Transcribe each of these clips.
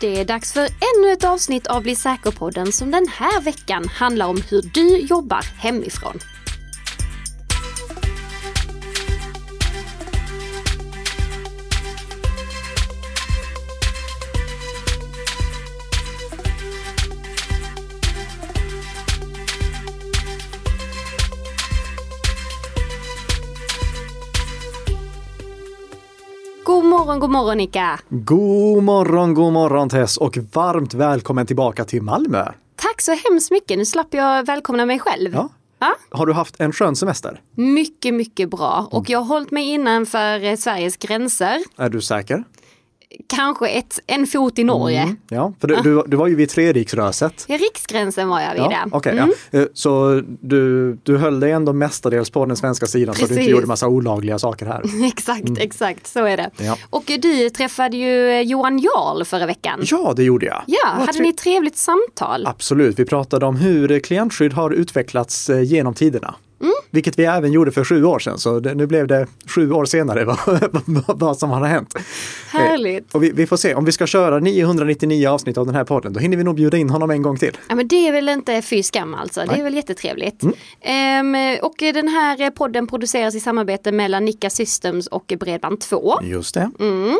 Det är dags för ännu ett avsnitt av Bli säker-podden som den här veckan handlar om hur du jobbar hemifrån. God morgon Nika. God morgon Tess och varmt välkommen tillbaka till Malmö. Tack så hemskt mycket, nu slapp jag välkomna mig själv. Ja. Har du haft en skön semester? Mycket, mycket bra och jag har hållit mig innanför Sveriges gränser. Är du säker? Kanske en fot i Norge. Ja, för du var ju vid Treriksröset. Ja, riksgränsen var jag vid det. Okay, ja. Så du höll dig ändå mestadels på den svenska sidan. Precis. Så du inte gjorde massa olagliga saker här. Exakt, så är det. Ja. Och du träffade ju Johan Jarl förra veckan. Ja, det gjorde jag. Ja, hade ni ett trevligt samtal? Absolut, vi pratade om hur klientskydd har utvecklats genom tiderna. Vilket vi även gjorde för 7 år sedan, så nu blev det 7 år senare vad som har hänt. Härligt. Och vi får se, om vi ska köra 999 avsnitt av den här podden, då hinner vi nog bjuda in honom en gång till. Ja, men det är väl inte fy skam alltså, det är väl jättetrevligt. Och den här podden produceras i samarbete mellan Nika Systems och Bredband2. Just det.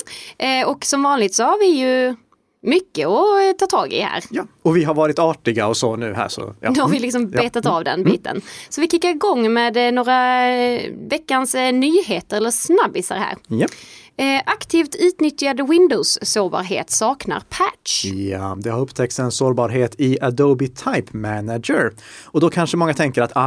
Och som vanligt så har vi ju mycket att ta tag i här. Ja, och vi har varit artiga och så nu här. Så, ja. Då har vi liksom betat av den biten. Så vi kickar igång med några veckans nyheter eller snabbisar här. Ja. Aktivt utnyttjad Windows-sårbarhet saknar patch. Ja, det har upptäckts en sårbarhet i Adobe Type Manager. Och då kanske många tänker att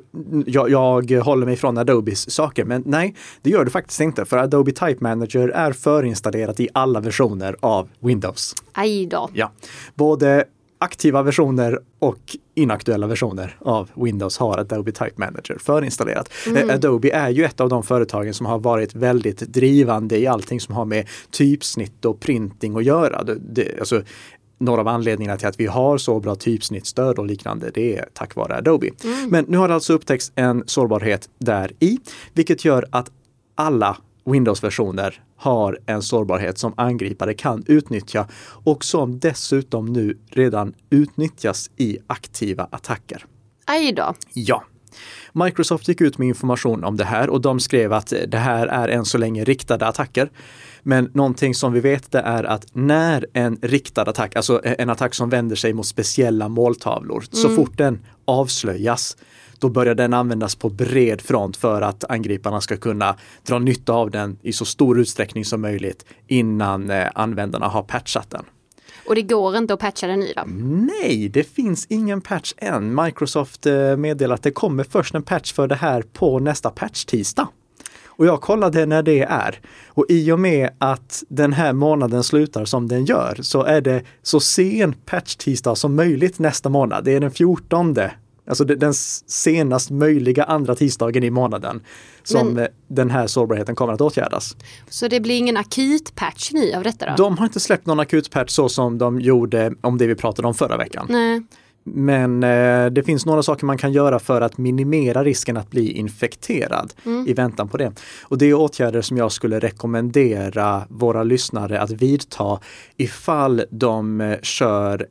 jag håller mig från Adobes saker. Men nej, det gör du faktiskt inte. För Adobe Type Manager är förinstallerat i alla versioner av Windows. Aj då. Ja, både aktiva versioner och inaktuella versioner av Windows har Adobe Type Manager förinstallerat. Adobe är ju ett av de företagen som har varit väldigt drivande i allting som har med typsnitt och printing att göra. Alltså, några av anledningarna till att vi har så bra typsnittstöd och liknande, det är tack vare Adobe. Men nu har det alltså upptäckts en sårbarhet där i, vilket gör att alla Windows-versioner har en sårbarhet som angripare kan utnyttja och som dessutom nu redan utnyttjas i aktiva attacker. Aj då. Ja. Microsoft gick ut med information om det här och de skrev att det här är än så länge riktade attacker. Men någonting som vi vet det är att när en riktad attack, alltså en attack som vänder sig mot speciella måltavlor, så fort den avslöjas, då börjar den användas på bred front för att angriparna ska kunna dra nytta av den i så stor utsträckning som möjligt innan användarna har patchat den. Och det går inte att patcha den ny då? Nej, det finns ingen patch än. Microsoft meddelar att det kommer först en patch för det här på nästa patch-tisdag. Och jag kollade när det är. Och i och med att den här månaden slutar som den gör så är det så sen patch-tisdag som möjligt nästa månad. Det är den 14:e. Alltså den senast möjliga andra tisdagen i månaden som den här sårbarheten kommer att åtgärdas. Så det blir ingen akut patch ny av detta då? De har inte släppt någon akut patch så som de gjorde om det vi pratade om förra veckan. Nej. Men det finns några saker man kan göra för att minimera risken att bli infekterad i väntan på det. Och det är åtgärder som jag skulle rekommendera våra lyssnare att vidta ifall de kör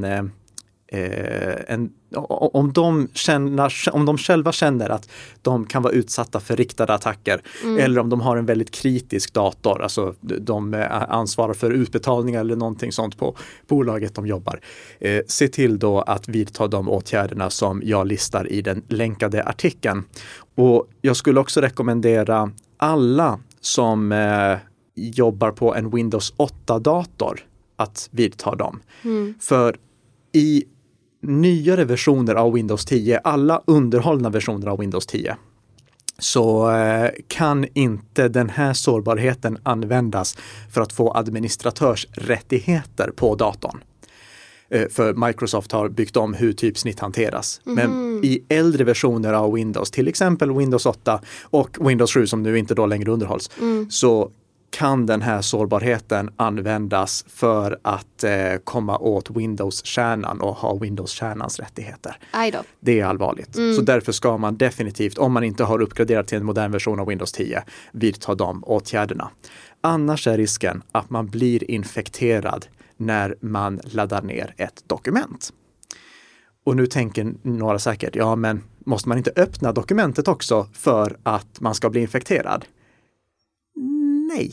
om de själva känner att de kan vara utsatta för riktade attacker eller om de har en väldigt kritisk dator, alltså de ansvarar för utbetalningar eller någonting sånt på bolaget de jobbar. Se till då att vidta de åtgärderna som jag listar i den länkade artikeln. Och jag skulle också rekommendera alla som jobbar på en Windows 8-dator att vidta dem. För i nyare versioner av Windows 10, alla underhållna versioner av Windows 10, så kan inte den här sårbarheten användas för att få administratörsrättigheter på datorn. För Microsoft har byggt om hur typsnitt hanteras. Men i äldre versioner av Windows, till exempel Windows 8 och Windows 7 som nu inte då längre underhålls, så kan den här sårbarheten användas för att komma åt Windows-kärnan och ha Windows-kärnans rättigheter. Aj då. Det är allvarligt. Så därför ska man definitivt, om man inte har uppgraderat till en modern version av Windows 10, vidta de åtgärderna. Annars är risken att man blir infekterad när man laddar ner ett dokument. Och nu tänker några säkert, ja men måste man inte öppna dokumentet också för att man ska bli infekterad? Nej.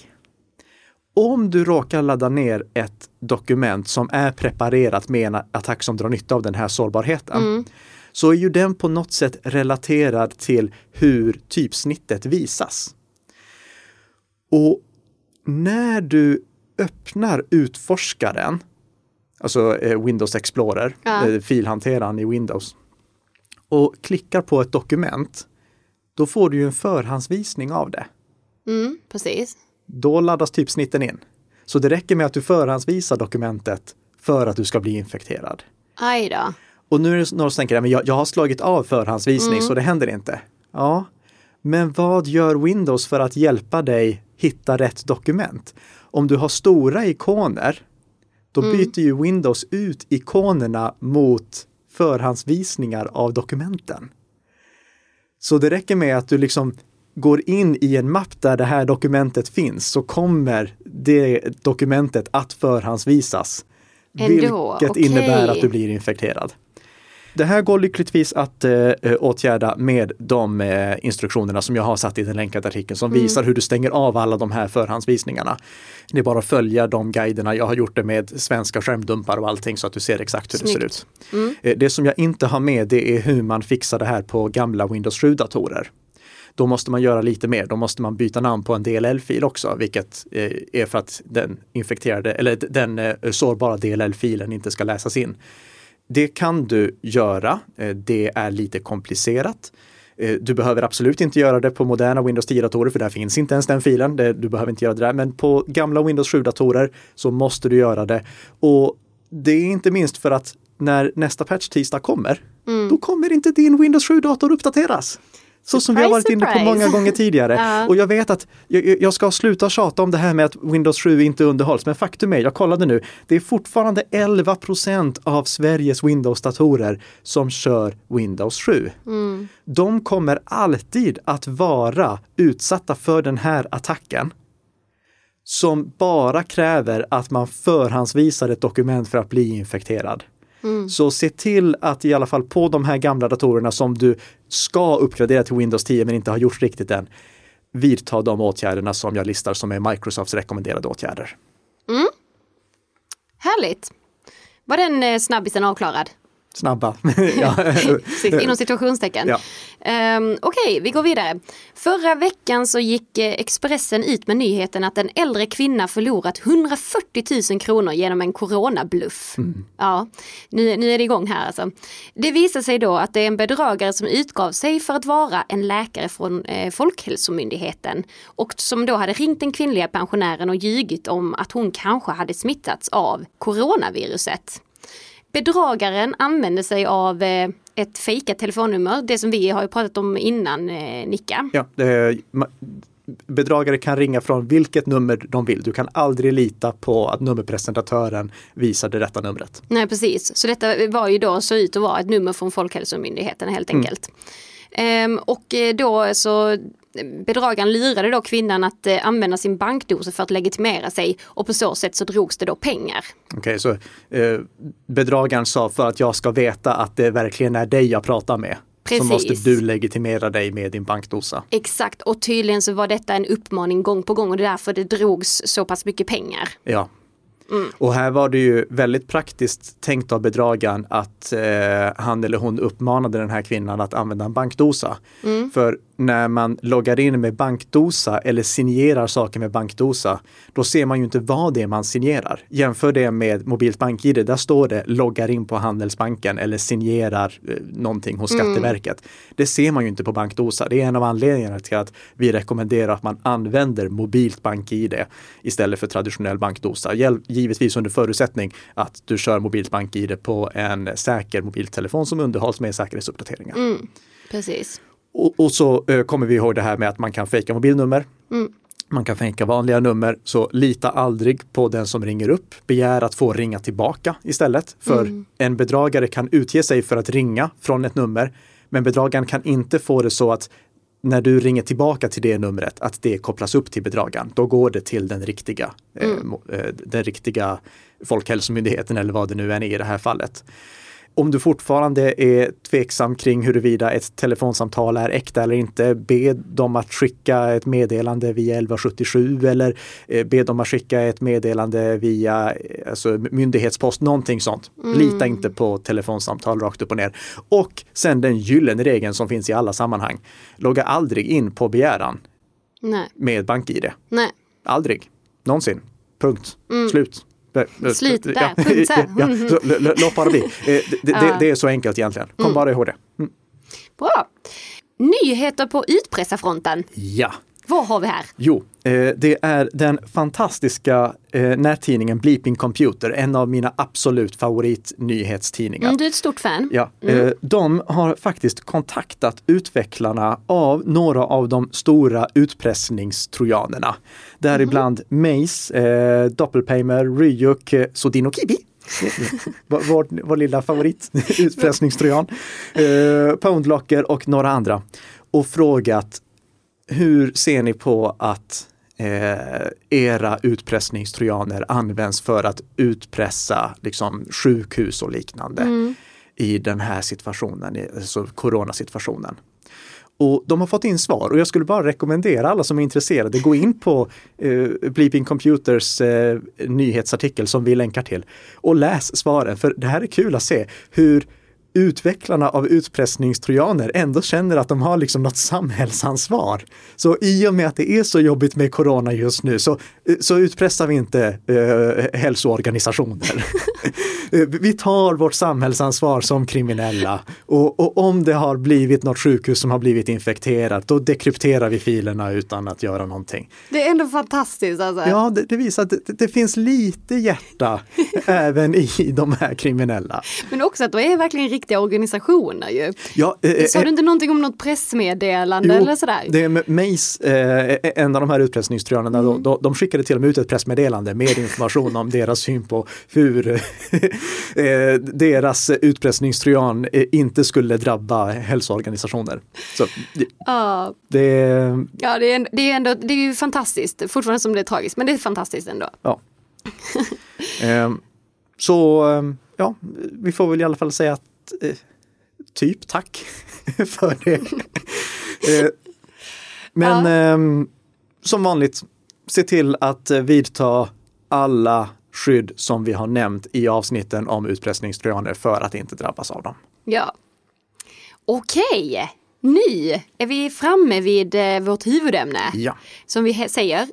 Om du råkar ladda ner ett dokument som är preparerat med en attack som drar nytta av den här sårbarheten, så är ju den på något sätt relaterad till hur typsnittet visas. Och när du öppnar utforskaren, alltså Windows Explorer, filhanteraren i Windows, och klickar på ett dokument, då får du ju en förhandsvisning av det. Precis. Då laddas typsnitten in. Så det räcker med att du förhandsvisar dokumentet för att du ska bli infekterad. Aj då. Och nu är det några som tänker, men jag har slagit av förhandsvisning så det händer inte. Ja, men vad gör Windows för att hjälpa dig hitta rätt dokument? Om du har stora ikoner, då byter ju Windows ut ikonerna mot förhandsvisningar av dokumenten. Så det räcker med att du liksom går in i en mapp där det här dokumentet finns, så kommer det dokumentet att förhandsvisas. Vilket innebär att du blir infekterad. Det här går lyckligtvis att åtgärda med de instruktionerna som jag har satt i den länkade artikeln som visar hur du stänger av alla de här förhandsvisningarna. Det är bara att följa de guiderna. Jag har gjort det med svenska skärmdumpar och allting så att du ser exakt hur det ser ut. Det som jag inte har med, det är hur man fixar det här på gamla Windows 7-datorer. Då måste man göra lite mer. Då måste man byta namn på en DLL-fil också, vilket är för att den infekterade eller den sårbara DLL-filen inte ska läsas in. Det kan du göra. Det är lite komplicerat. Du behöver absolut inte göra det på moderna Windows 10-datorer, för där finns inte ens den filen. Du behöver inte göra det där. Men på gamla Windows 7-datorer så måste du göra det. Och det är inte minst för att när nästa patch tisdag kommer, då kommer inte din Windows 7-dator uppdateras. Så som vi har varit inne på många gånger tidigare. Och jag vet att jag ska sluta tjata om det här med att Windows 7 inte underhålls. Men faktum är, jag kollade nu, det är fortfarande 11% av Sveriges Windows-datorer som kör Windows 7. De kommer alltid att vara utsatta för den här attacken, som bara kräver att man förhandsvisar ett dokument för att bli infekterad. Så se till att i alla fall på de här gamla datorerna som du ska uppgradera till Windows 10 men inte har gjort riktigt än, vidta de åtgärderna som jag listar som är Microsofts rekommenderade åtgärder. Härligt. Var den snabbisen avklarad? Snabba. Inom situationstecken. Ja. Okej, vi går vidare. Förra veckan så gick Expressen ut med nyheten att en äldre kvinna förlorat 140 000 kronor genom en coronabluff. Ja, nu är det igång här alltså. Det visar sig då att det är en bedragare som utgav sig för att vara en läkare från Folkhälsomyndigheten och som då hade ringt den kvinnliga pensionären och ljugit om att hon kanske hade smittats av coronaviruset. Bedragaren använder sig av ett fejkat telefonnummer, det som vi har ju pratat om innan, Nicka. Ja, bedragare kan ringa från vilket nummer de vill. Du kan aldrig lita på att nummerpresentatören visar det rätta numret. Nej, precis. Så detta var ju då så ut att vara ett nummer från Folkhälsomyndigheten helt enkelt. Och då så bedragaren lurade då kvinnan att använda sin bankdosa för att legitimera sig och på så sätt så drogs det då pengar. Okej, så bedragaren sa för att jag ska veta att det verkligen är dig jag pratar med. Precis. Så måste du legitimera dig med din bankdosa. Exakt, och tydligen så var detta en uppmaning gång på gång och det är därför det drogs så pass mycket pengar. Ja. Och här var det ju väldigt praktiskt tänkt av bedragaren att han eller hon uppmanade den här kvinnan att använda en bankdosa. För när man loggar in med bankdosa eller signerar saker med bankdosa, då ser man ju inte vad det är man signerar. Jämför det med mobilt bank-ID, där står det loggar in på Handelsbanken eller signerar någonting hos Skatteverket. Det ser man ju inte på bankdosa. Det är en av anledningarna till att vi rekommenderar att man använder mobilt bank-ID istället för traditionell bankdosa. Givetvis under förutsättning att du kör mobilt bank-ID på en säker mobiltelefon som underhålls med säkerhetsuppdateringar. Precis. Och så kommer vi ihåg det här med att man kan fejka mobilnummer. Man kan fejka vanliga nummer. Så lita aldrig på den som ringer upp. Begär att få ringa tillbaka istället. För en bedragare kan utge sig för att ringa från ett nummer. Men bedragaren kan inte få det så att när du ringer tillbaka till det numret att det kopplas upp till bedragaren. Då går det till den riktiga Folkhälsomyndigheten eller vad det nu än är i det här fallet. Om du fortfarande är tveksam kring huruvida ett telefonsamtal är äkta eller inte, be dem att skicka ett meddelande via 1177 eller be dem att skicka ett meddelande via myndighetspost, någonting sånt. Lita inte på telefonsamtal rakt upp och ner. Och sen den gyllene regeln som finns i alla sammanhang. Logga aldrig in på begäran med BankID. Nej. Aldrig. Någonsin. Punkt. Slut. Slut där, punkt här. Låt bara bli. Det är så enkelt egentligen. Kom bara ihåg det. Bra. Nyheter på utpressarfronten. Ja. Vad har vi här? Jo, det är den fantastiska nättidningen Bleeping Computer, en av mina absolut favoritnyhetstidningar. Du är ett stort fan. Ja, de har faktiskt kontaktat utvecklarna av några av de stora utpressningstrojanerna. Däribland Maze, Doppelpaymer, Ryuk, Sodino Kibi. Vår lilla favorit utpressningstrojan. Poundlocker och några andra. Och frågat: hur ser ni på att era utpressningstrojaner används för att utpressa liksom sjukhus och liknande i den här situationen, alltså coronasituationen? Och de har fått in svar och jag skulle bara rekommendera alla som är intresserade, gå in på Bleeping Computers nyhetsartikel som vi länkar till och läs svaren, för det här är kul att se hur utvecklarna av utpressningstrojaner ändå känner att de har liksom något samhällsansvar. Så i och med att det är så jobbigt med corona just nu så utpressar vi inte hälsoorganisationer. Vi tar vårt samhällsansvar som kriminella och om det har blivit något sjukhus som har blivit infekterat, då dekrypterar vi filerna utan att göra någonting. Det är ändå fantastiskt alltså. Ja, det visar att det finns lite hjärta även i de här kriminella. Men också att de är verkligen riktiga organisationer ju. Ja, sa du inte någonting om något pressmeddelande eller sådär? Det är Maze, en av de här utpressningstrojanerna, de skickade till och med ut ett pressmeddelande med information om deras syn på hur deras utpressningstrojan inte skulle drabba hälsoorganisationer. Så, det är ju fantastiskt. Fortfarande som det är tragiskt, men det är fantastiskt ändå. Ja. Så vi får väl i alla fall säga att typ tack för det. Men som vanligt, se till att vidta alla skydd som vi har nämnt i avsnitten om utpressningstrojaner för att inte drabbas av dem. Ja. Okej, nu är vi framme vid vårt huvudämne. Ja. Som vi säger,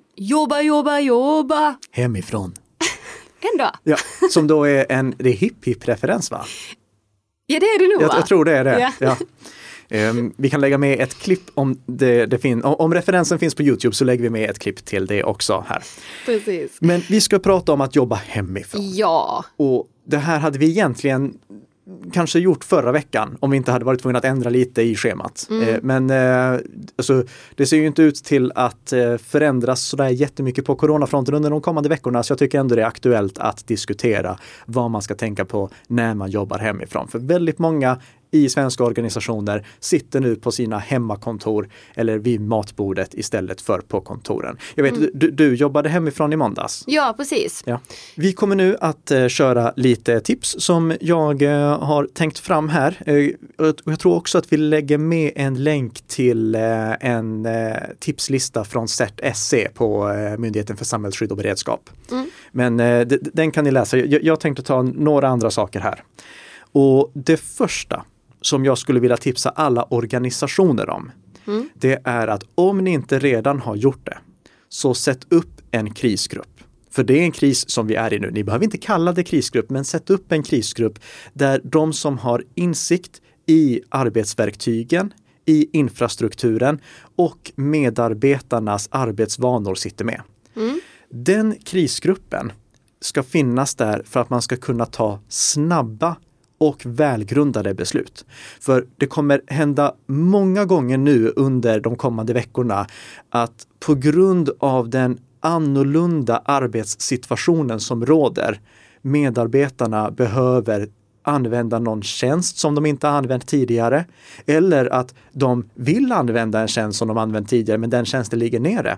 jobba. Hemifrån. Ändå. Ja, som då är det är hipp-hipp-referens, va? Ja, det är det nog, va? Jag tror det är det. Ja. Ja. Vi kan lägga med ett klipp om om referensen finns på YouTube, så lägger vi med ett klipp till det också här. Precis. Men vi ska prata om att jobba hemifrån. Ja. Och det här hade vi egentligen kanske gjort förra veckan om vi inte hade varit tvungna att ändra lite i schemat. Men alltså, det ser ju inte ut till att förändras sådär jättemycket på coronafronten under de kommande veckorna, så jag tycker ändå det är aktuellt att diskutera vad man ska tänka på när man jobbar hemifrån. För väldigt många i svenska organisationer sitter nu på sina hemmakontor eller vid matbordet istället för på kontoren. Jag vet, du jobbade hemifrån i måndags. Ja, precis. Ja. Vi kommer nu att köra lite tips som jag har tänkt fram här. Jag tror också att vi lägger med en länk till en tipslista från CERT-SC på Myndigheten för samhällsskydd och beredskap. Men den kan ni läsa. Jag tänkte ta några andra saker här. Och det första som jag skulle vilja tipsa alla organisationer om, det är att om ni inte redan har gjort det, så sätt upp en krisgrupp. För det är en kris som vi är i nu. Ni behöver inte kalla det krisgrupp, men sätt upp en krisgrupp där de som har insikt i arbetsverktygen, i infrastrukturen och medarbetarnas arbetsvanor sitter med. Den krisgruppen ska finnas där för att man ska kunna ta snabba och välgrundade beslut. För det kommer hända många gånger nu under de kommande veckorna att på grund av den annorlunda arbetssituationen som råder, medarbetarna behöver använda någon tjänst som de inte har använt tidigare, eller att de vill använda en tjänst som de använt tidigare men den tjänsten ligger nere.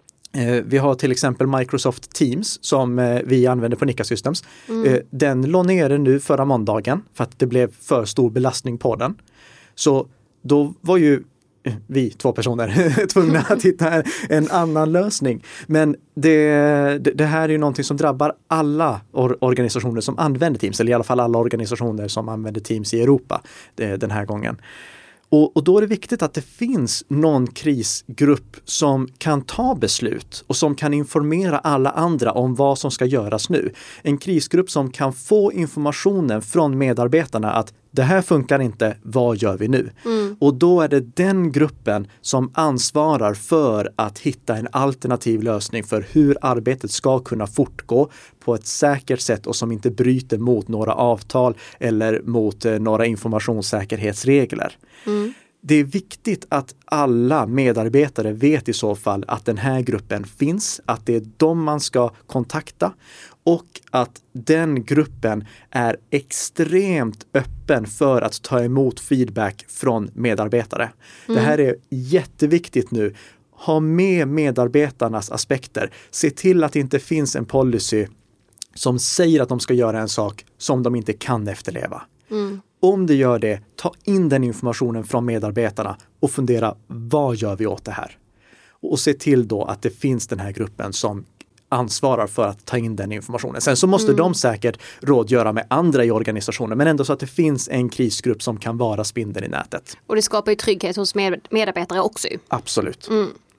Vi har till exempel Microsoft Teams som vi använder på Nikka Systems. Den låg nere nu förra måndagen för att det blev för stor belastning på den. Så då var ju vi 2 personer tvungna att hitta en annan lösning. Men det här är ju någonting som drabbar alla organisationer som använder Teams, eller i alla fall alla organisationer som använder Teams i Europa den här gången. Och då är det viktigt att det finns någon krisgrupp som kan ta beslut och som kan informera alla andra om vad som ska göras nu. En krisgrupp som kan få informationen från medarbetarna att det här funkar inte, vad gör vi nu? Och då är det den gruppen som ansvarar för att hitta en alternativ lösning för hur arbetet ska kunna fortgå på ett säkert sätt och som inte bryter mot några avtal eller mot några informationssäkerhetsregler. Det är viktigt att alla medarbetare vet i så fall att den här gruppen finns, att det är dem man ska kontakta och att den gruppen är extremt öppen för att ta emot feedback från medarbetare. Det här är jätteviktigt nu. Ha med medarbetarnas aspekter. Se till att det inte finns en policy som säger att de ska göra en sak som de inte kan efterleva. Om det gör det, ta in den informationen från medarbetarna och fundera, vad gör vi åt det här? Och se till då att det finns den här gruppen som ansvarar för att ta in den informationen. Sen så måste de säkert rådgöra med andra i organisationen, men ändå så att det finns en krisgrupp som kan vara spindeln i nätet. Och det skapar ju trygghet hos medarbetare också. Absolut.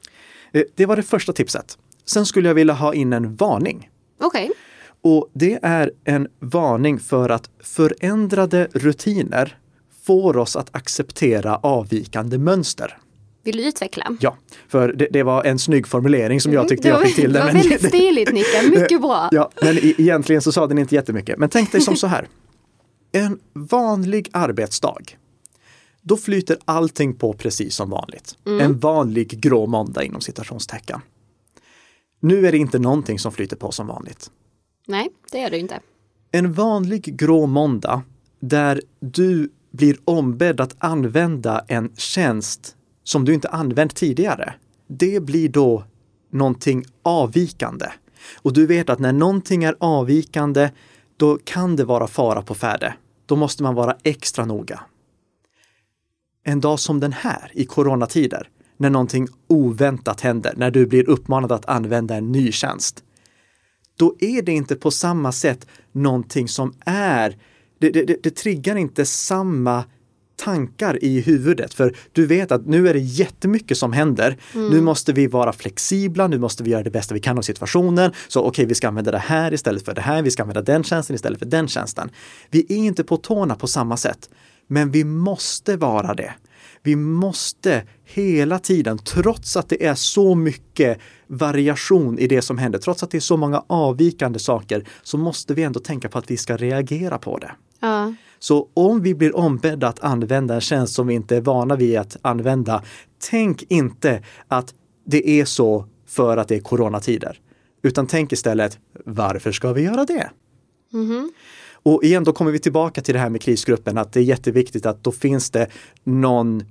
Det var det första tipset. Sen skulle jag vilja ha in en varning. Okej. Och det är en varning för att förändrade rutiner får oss att acceptera avvikande mönster. Vill du utveckla? Ja, för det var en snygg formulering som jag tyckte jag fick till. Det var väldigt stiligt, Nikka. Mycket bra. Ja, men egentligen så sa den inte jättemycket. Men tänk dig som så här. En vanlig arbetsdag. Då flyter allting på precis som vanligt. En vanlig grå måndag inom citationstecken. Nu är det inte någonting som flyter på som vanligt. Nej, det är det inte. En vanlig grå måndag där du blir ombedd att använda en tjänst som du inte använt tidigare. Det blir då någonting avvikande. Och du vet att när någonting är avvikande, då kan det vara fara på färde. Då måste man vara extra noga. En dag som den här i coronatider, när någonting oväntat händer, när du blir uppmanad att använda en ny tjänst, då är det inte på samma sätt någonting som är, det triggar inte samma tankar i huvudet. För du vet att nu är det jättemycket som händer. Nu måste vi vara flexibla, nu måste vi göra det bästa vi kan av situationen. Så okej, vi ska använda det här istället för det här, vi ska använda den tjänsten istället för den tjänsten. Vi är inte på tårna på samma sätt, men vi måste vara det. Vi måste hela tiden, trots att det är så mycket variation i det som händer, trots att det är så många avvikande saker, så måste vi ändå tänka på att vi ska reagera på det. Ja. Så om vi blir ombedda att använda en tjänst som vi inte är vana vid att använda, tänk inte att det är så för att det är coronatider. Utan tänk istället, varför ska vi göra det? Och igen, då kommer vi tillbaka till det här med krisgruppen, att det är jätteviktigt att då finns det någon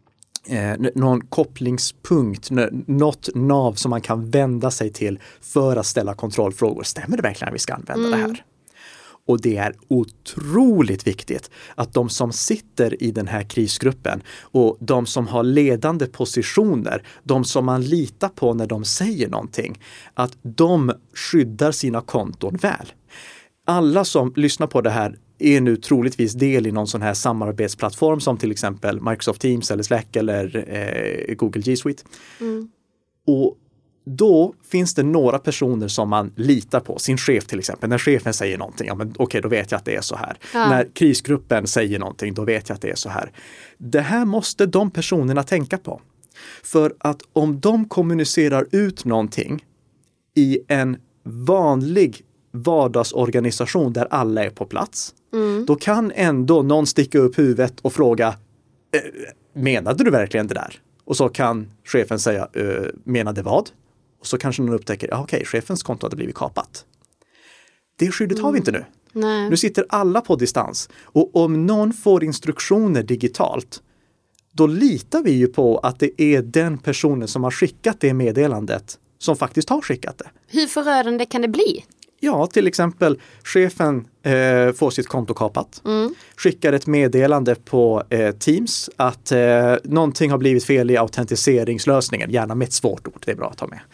kopplingspunkt, något nav som man kan vända sig till för att ställa kontrollfrågor. Stämmer det verkligen att vi ska använda det här? Och det är otroligt viktigt att de som sitter i den här krisgruppen och de som har ledande positioner, de som man litar på när de säger någonting, att de skyddar sina konton väl. Alla som lyssnar på det här är nu troligtvis del i någon sån här samarbetsplattform som till exempel Microsoft Teams eller Slack eller Google G Suite. Och då finns det några personer som man litar på, sin chef till exempel. När chefen säger någonting, ja men okej, då vet jag att det är så här. Ja. När krisgruppen säger någonting, då vet jag att det är så här. Det här måste de personerna tänka på. För att om de kommunicerar ut någonting i en vanlig vardagsorganisation där alla är på plats, då kan ändå någon sticka upp huvudet och fråga, menade du verkligen det där? Och så kan chefen säga, menade vad? Och så kanske någon upptäcker, okej, chefens konto hade blivit kapat. Det skyddet har vi inte nu. Nej. Nu sitter alla på distans. Och om någon får instruktioner digitalt, då litar vi ju på att det är den personen som har skickat det meddelandet som faktiskt har skickat det. Hur förödande kan det bli? Ja, till exempel chefen får sitt konto kapat. Skickar ett meddelande på Teams att någonting har blivit fel i autentiseringslösningen. Gärna med ett svårt ord, det är bra att ta med.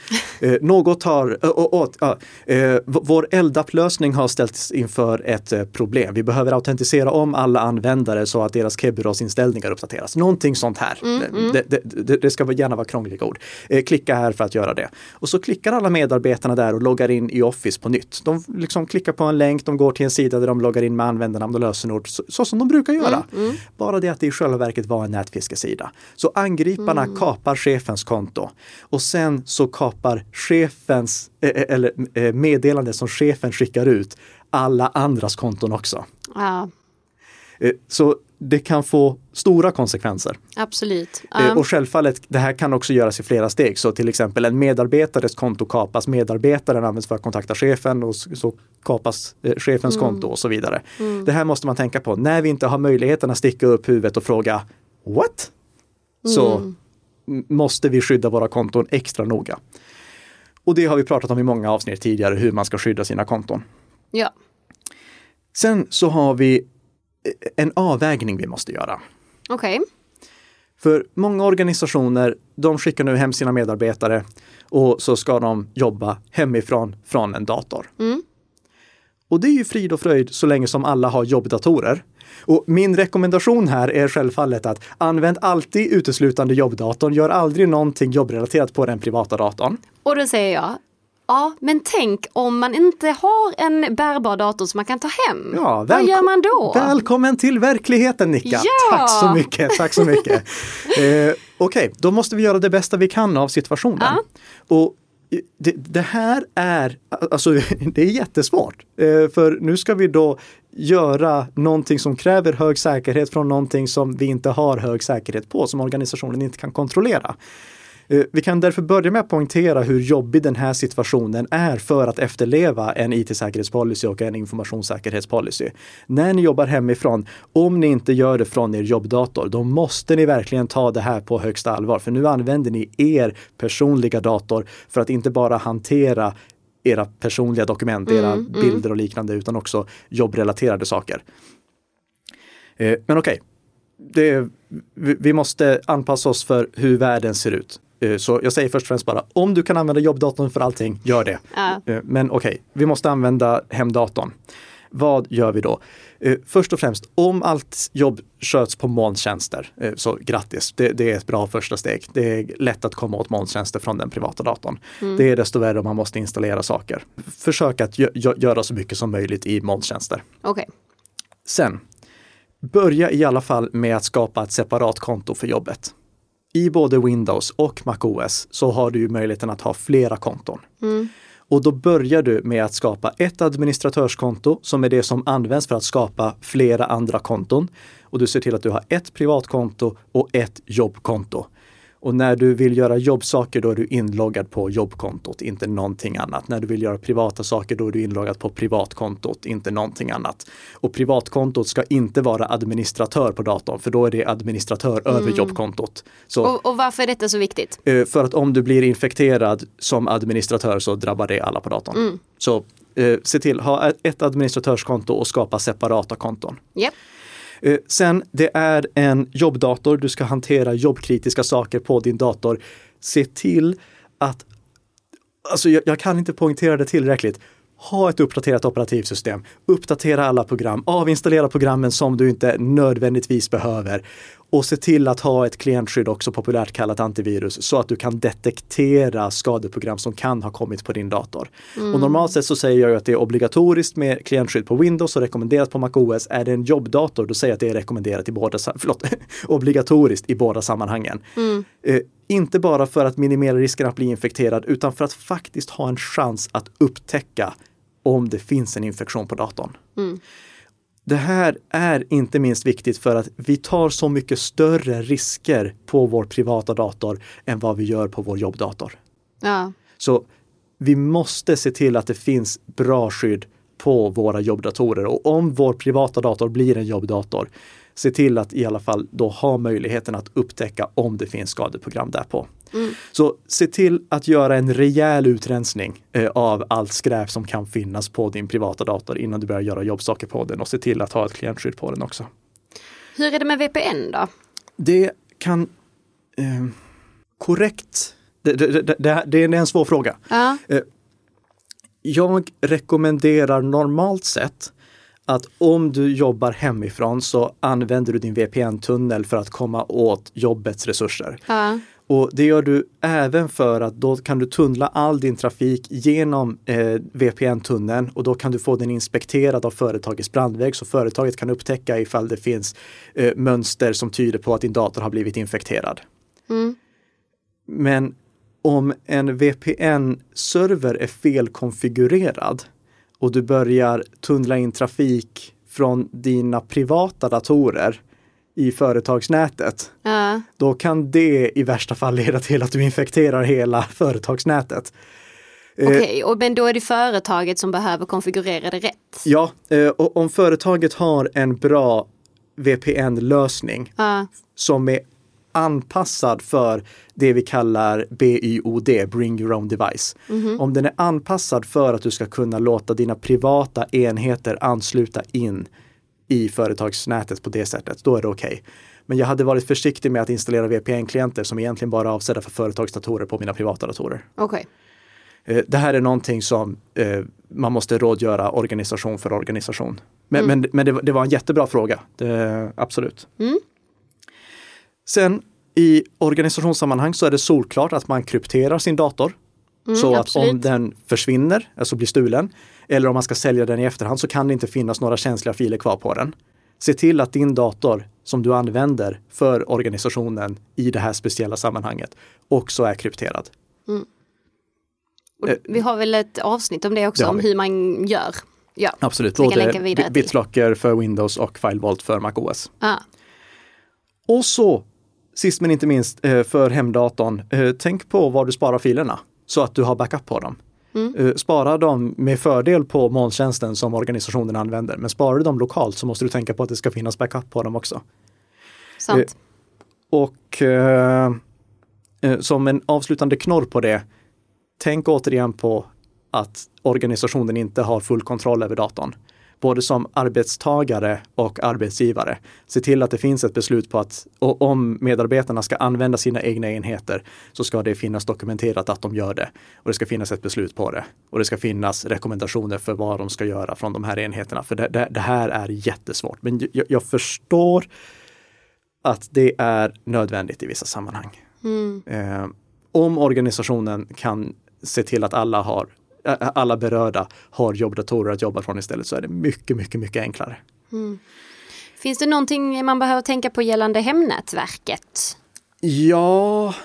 Vår LDAP-lösning har ställts inför ett problem. Vi behöver autentisera om alla användare så att deras Kerberos-inställningar uppdateras. Någonting sånt här. Det ska gärna vara krångliga ord. Klicka här för att göra det. Och så klickar alla medarbetarna där och loggar in i Office på nytt. De liksom klickar på en länk, de går till en sida där de loggar in med användarnamn och lösenord så som de brukar göra. Bara det att det i själva verket var en nätfiskesida. Så angriparna kapar chefens konto och sen så kapar chefens meddelande som chefen skickar ut alla andras konton också. Ja. Så det kan få stora konsekvenser. Absolut. Och självfallet, det här kan också göras i flera steg. Så till exempel en medarbetares konto kapas, medarbetaren används för att kontakta chefen och så kapas chefens konto och så vidare. Det här måste man tänka på. När vi inte har möjligheten att sticka upp huvudet och fråga what? Så måste vi skydda våra konton extra noga. Och det har vi pratat om i många avsnitt tidigare, hur man ska skydda sina konton. Ja. Sen så har vi en avvägning vi måste göra. Okej. För många organisationer, de skickar nu hem sina medarbetare och så ska de jobba hemifrån från en dator. Och det är ju frid och fröjd så länge som alla har jobbdatorer. Och min rekommendation här är självfallet att använd alltid uteslutande jobbdatorn. Gör aldrig någonting jobbrelaterat på den privata datorn. Och då säger jag, ja, men tänk om man inte har en bärbar dator som man kan ta hem. Ja, vad gör man då? Välkommen till verkligheten, Nicka. Ja! Tack så mycket. Okej, då måste vi göra det bästa vi kan av situationen. Ja. Och det här är, alltså det är jättesvårt. För nu ska vi då göra någonting som kräver hög säkerhet från någonting som vi inte har hög säkerhet på, som organisationen inte kan kontrollera. Vi kan därför börja med att poängtera hur jobbig den här situationen är för att efterleva en IT-säkerhetspolicy och en informationssäkerhetspolicy. När ni jobbar hemifrån, om ni inte gör det från er jobbdator, då måste ni verkligen ta det här på högsta allvar. För nu använder ni er personliga dator för att inte bara hantera era personliga dokument, era bilder och liknande, utan också jobbrelaterade saker. Men okej. Vi måste anpassa oss för hur världen ser ut. Så jag säger först och främst bara, om du kan använda jobbdatorn för allting, gör det. Men okej, vi måste använda hemdatorn. Vad gör vi då? Först och främst, om allt jobb sköts på molntjänster, så grattis. Det är ett bra första steg. Det är lätt att komma åt molntjänster från den privata datorn. Det är desto värre om man måste installera saker. Försök att göra så mycket som möjligt i molntjänster. Okej. Sen, börja i alla fall med att skapa ett separat konto för jobbet. I både Windows och MacOS så har du ju möjligheten att ha flera konton. Och då börjar du med att skapa ett administratörskonto som är det som används för att skapa flera andra konton. Och du ser till att du har ett privatkonto och ett jobbkonto. Och när du vill göra jobbsaker då är du inloggad på jobbkontot, inte någonting annat. När du vill göra privata saker då är du inloggad på privatkontot, inte någonting annat. Och privatkontot ska inte vara administratör på datorn, för då är det administratör över jobbkontot. Så, och varför är detta så viktigt? För att om du blir infekterad som administratör så drabbar det alla på datorn. Så se till, ha ett administratörskonto och skapa separata konton. Yep. Sen, det är en jobbdator. Du ska hantera jobbkritiska saker på din dator. Se till att, alltså jag kan inte poängtera det tillräckligt. Ha ett uppdaterat operativsystem. Uppdatera alla program. Avinstallera programmen som du inte nödvändigtvis behöver. Och se till att ha ett klientskydd också, populärt kallat antivirus, så att du kan detektera skadeprogram som kan ha kommit på din dator. Och normalt sett så säger jag ju att det är obligatoriskt med klientskydd på Windows och rekommenderat på MacOS. Är det en jobbdator, då säger jag att det är rekommenderat obligatoriskt i båda sammanhangen. Inte bara för att minimera risken att bli infekterad, utan för att faktiskt ha en chans att upptäcka om det finns en infektion på datorn. Det här är inte minst viktigt för att vi tar så mycket större risker på vår privata dator än vad vi gör på vår jobbdator. Ja. Så vi måste se till att det finns bra skydd på våra jobbdatorer. Och om vår privata dator blir en jobbdator, se till att i alla fall då ha möjligheten att upptäcka om det finns skadeprogram därpå. Så se till att göra en rejäl utrensning av allt skräp som kan finnas på din privata dator innan du börjar göra jobbsaker på den, och se till att ha ett klientskydd på den också. Hur är det med VPN då? Det kan korrekt. Det är en svår fråga. Jag rekommenderar normalt sett att om du jobbar hemifrån så använder du din VPN-tunnel för att komma åt jobbets resurser. Och det gör du även för att då kan du tunnla all din trafik genom VPN-tunneln, och då kan du få den inspekterad av företagets brandvägg, så företaget kan upptäcka ifall det finns mönster som tyder på att din dator har blivit infekterad. Men om en VPN-server är felkonfigurerad och du börjar tunnla in trafik från dina privata datorer i företagsnätet, då kan det i värsta fall leda till att du infekterar hela företagsnätet. Okej, men då är det företaget som behöver konfigurera det rätt? Ja, och om företaget har en bra VPN-lösning som är anpassad för det vi kallar BYOD, Bring Your Own Device. Om den är anpassad för att du ska kunna låta dina privata enheter ansluta in i företagsnätet på det sättet, då är det okej. Men jag hade varit försiktig med att installera VPN-klienter som egentligen bara är avsedda för företagsdatorer på mina privata datorer. Okej. Det här är någonting som man måste rådgöra organisation för organisation. Men det var en jättebra fråga, absolut. Sen i organisationssammanhang så är det solklart att man krypterar sin dator. Så att om den försvinner, alltså blir stulen, eller om man ska sälja den i efterhand, så kan det inte finnas några känsliga filer kvar på den. Se till att din dator som du använder för organisationen i det här speciella sammanhanget också är krypterad. Vi har väl ett avsnitt om det också, om hur man gör. Ja, absolut, både BitLocker för Windows och FileVault för MacOS. Och så, sist men inte minst, för hemdatorn, tänk på var du sparar filerna så att du har backup på dem. Spara dem med fördel på molntjänsten som organisationen använder, men sparar du dem lokalt så måste du tänka på att det ska finnas backup på dem också. Sant. Och som en avslutande knorr på det, tänk återigen på att organisationen inte har full kontroll över datorn. Både som arbetstagare och arbetsgivare. Se till att det finns ett beslut på att om medarbetarna ska använda sina egna enheter så ska det finnas dokumenterat att de gör det. Och det ska finnas ett beslut på det. Och det ska finnas rekommendationer för vad de ska göra från de här enheterna. För det här är jättesvårt. Men jag förstår att det är nödvändigt i vissa sammanhang. Om organisationen kan se till att alla berörda har jobbdatorer att jobba från istället, så är det mycket, mycket, mycket enklare. Finns det någonting man behöver tänka på gällande hemnätverket? Ja,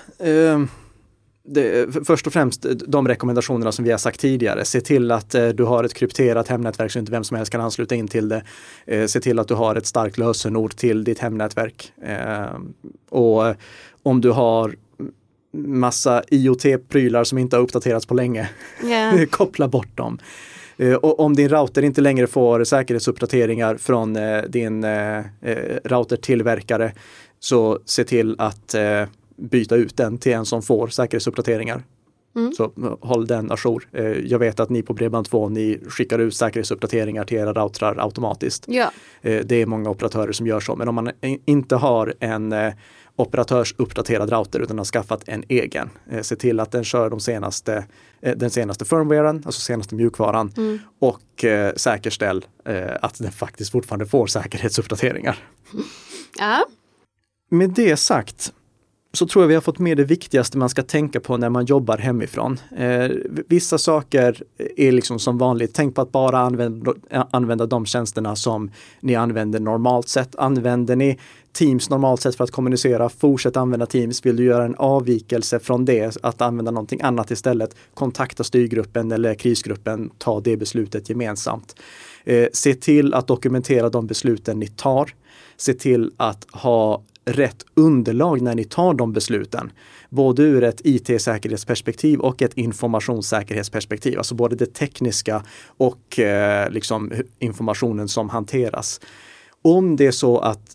först och främst de rekommendationerna som vi har sagt tidigare. Se till att du har ett krypterat hemnätverk så inte vem som helst kan ansluta in till det. Se till att du har ett starkt lösenord till ditt hemnätverk. Och om du har massa IoT-prylar som inte har uppdaterats på länge, koppla bort dem. Och om din router inte längre får säkerhetsuppdateringar från din routertillverkare, så se till att byta ut den till en som får säkerhetsuppdateringar. Så håll den ajour. Jag vet att ni på Bredband2, ni skickar ut säkerhetsuppdateringar till era routrar automatiskt. Det är många operatörer som gör så. Men om man inte har en operatörsuppdaterad router utan har skaffat en egen, se till att den kör den senaste firmwaren, alltså senaste mjukvaran, och säkerställ att den faktiskt fortfarande får säkerhetsuppdateringar. Med det sagt så tror jag vi har fått med det viktigaste man ska tänka på när man jobbar hemifrån. Vissa saker är liksom som vanligt. Tänk på att bara använda de tjänsterna som ni använder normalt sett. Använder ni Teams normalt sett för att kommunicera, fortsätt använda Teams. Vill du göra en avvikelse från det, att använda någonting annat istället, kontakta styrgruppen eller krisgruppen, ta det beslutet gemensamt. Se till att dokumentera de besluten ni tar. Se till att ha rätt underlag när ni tar de besluten. Både ur ett IT-säkerhetsperspektiv och ett informationssäkerhetsperspektiv. Alltså både det tekniska och liksom informationen som hanteras. Om det är så att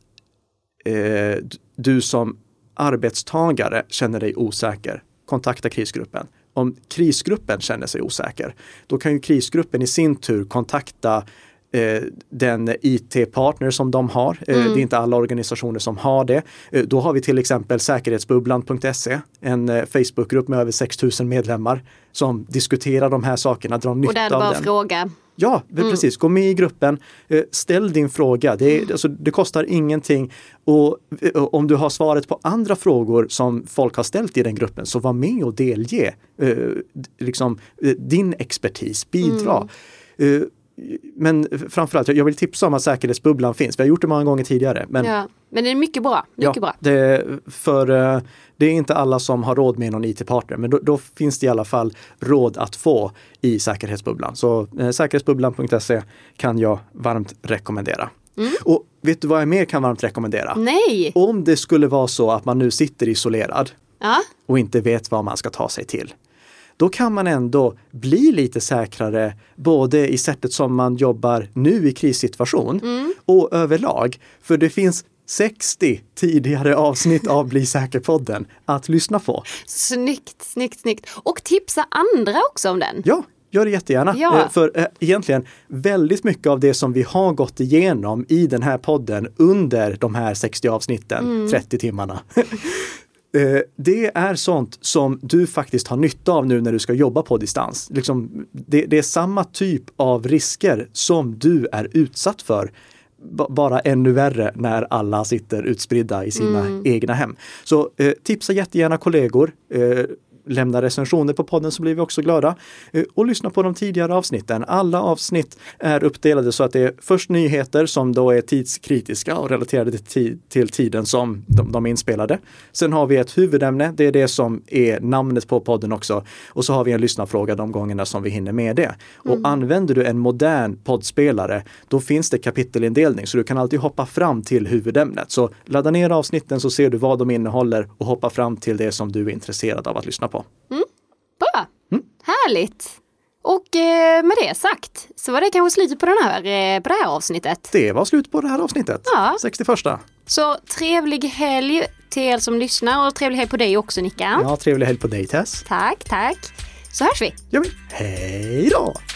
du som arbetstagare känner dig osäker, kontakta krisgruppen. Om krisgruppen känner sig osäker, då kan ju krisgruppen i sin tur kontakta den IT-partner som de har. Det är inte alla organisationer som har det. Då har vi till exempel säkerhetsbubblan.se, en Facebookgrupp med över 6000 medlemmar som diskuterar de här sakerna, drar nytta av den. Och där bara fråga. Ja, precis. Gå med i gruppen, ställ din fråga. Det kostar ingenting. Och om du har svaret på andra frågor som folk har ställt i den gruppen, så var med och delge din expertis, bidra. Men framförallt, jag vill tipsa om att säkerhetsbubblan finns. Vi har gjort det många gånger tidigare. Men det är mycket bra. Bra. Det är inte alla som har råd med någon IT-partner. Men då finns det i alla fall råd att få i säkerhetsbubblan. Så säkerhetsbubblan.se kan jag varmt rekommendera. Och vet du vad jag mer kan varmt rekommendera? Nej! Om det skulle vara så att man nu sitter isolerad och inte vet vad man ska ta sig till. Då kan man ändå bli lite säkrare både i sättet som man jobbar nu i krissituation och överlag. För det finns 60 tidigare avsnitt av Bli säker-podden att lyssna på. Snyggt. Och tipsa andra också om den. Ja, gör det jättegärna. Ja. För egentligen väldigt mycket av det som vi har gått igenom i den här podden under de här 60 avsnitten, 30 timmarna. Det är sånt som du faktiskt har nytta av nu när du ska jobba på distans. Det är samma typ av risker som du är utsatt för. Bara ännu värre när alla sitter utspridda i sina egna hem. Så tipsa jättegärna kollegor. Lämna recensioner på podden så blir vi också glada. Och lyssna på de tidigare avsnitten. Alla avsnitt är uppdelade så att det är först nyheter som då är tidskritiska och relaterade till tiden som de är inspelade. Sen har vi ett huvudämne, det är det som är namnet på podden också. Och så har vi en lyssnarfråga de gångerna som vi hinner med det. Och använder du en modern poddspelare, då finns det kapitelindelning så du kan alltid hoppa fram till huvudämnet. Så ladda ner avsnitten så ser du vad de innehåller och hoppa fram till det som du är intresserad av att lyssna på. Bra, härligt. Och med det sagt så var det kanske slutet på det här avsnittet. Det var slut på det här avsnittet, 61. Så trevlig helg till er som lyssnar och trevlig helg på dig också, Nicka. Ja, trevlig helg på dig, Tess. Tack. Så hörs vi. Ja, hej då!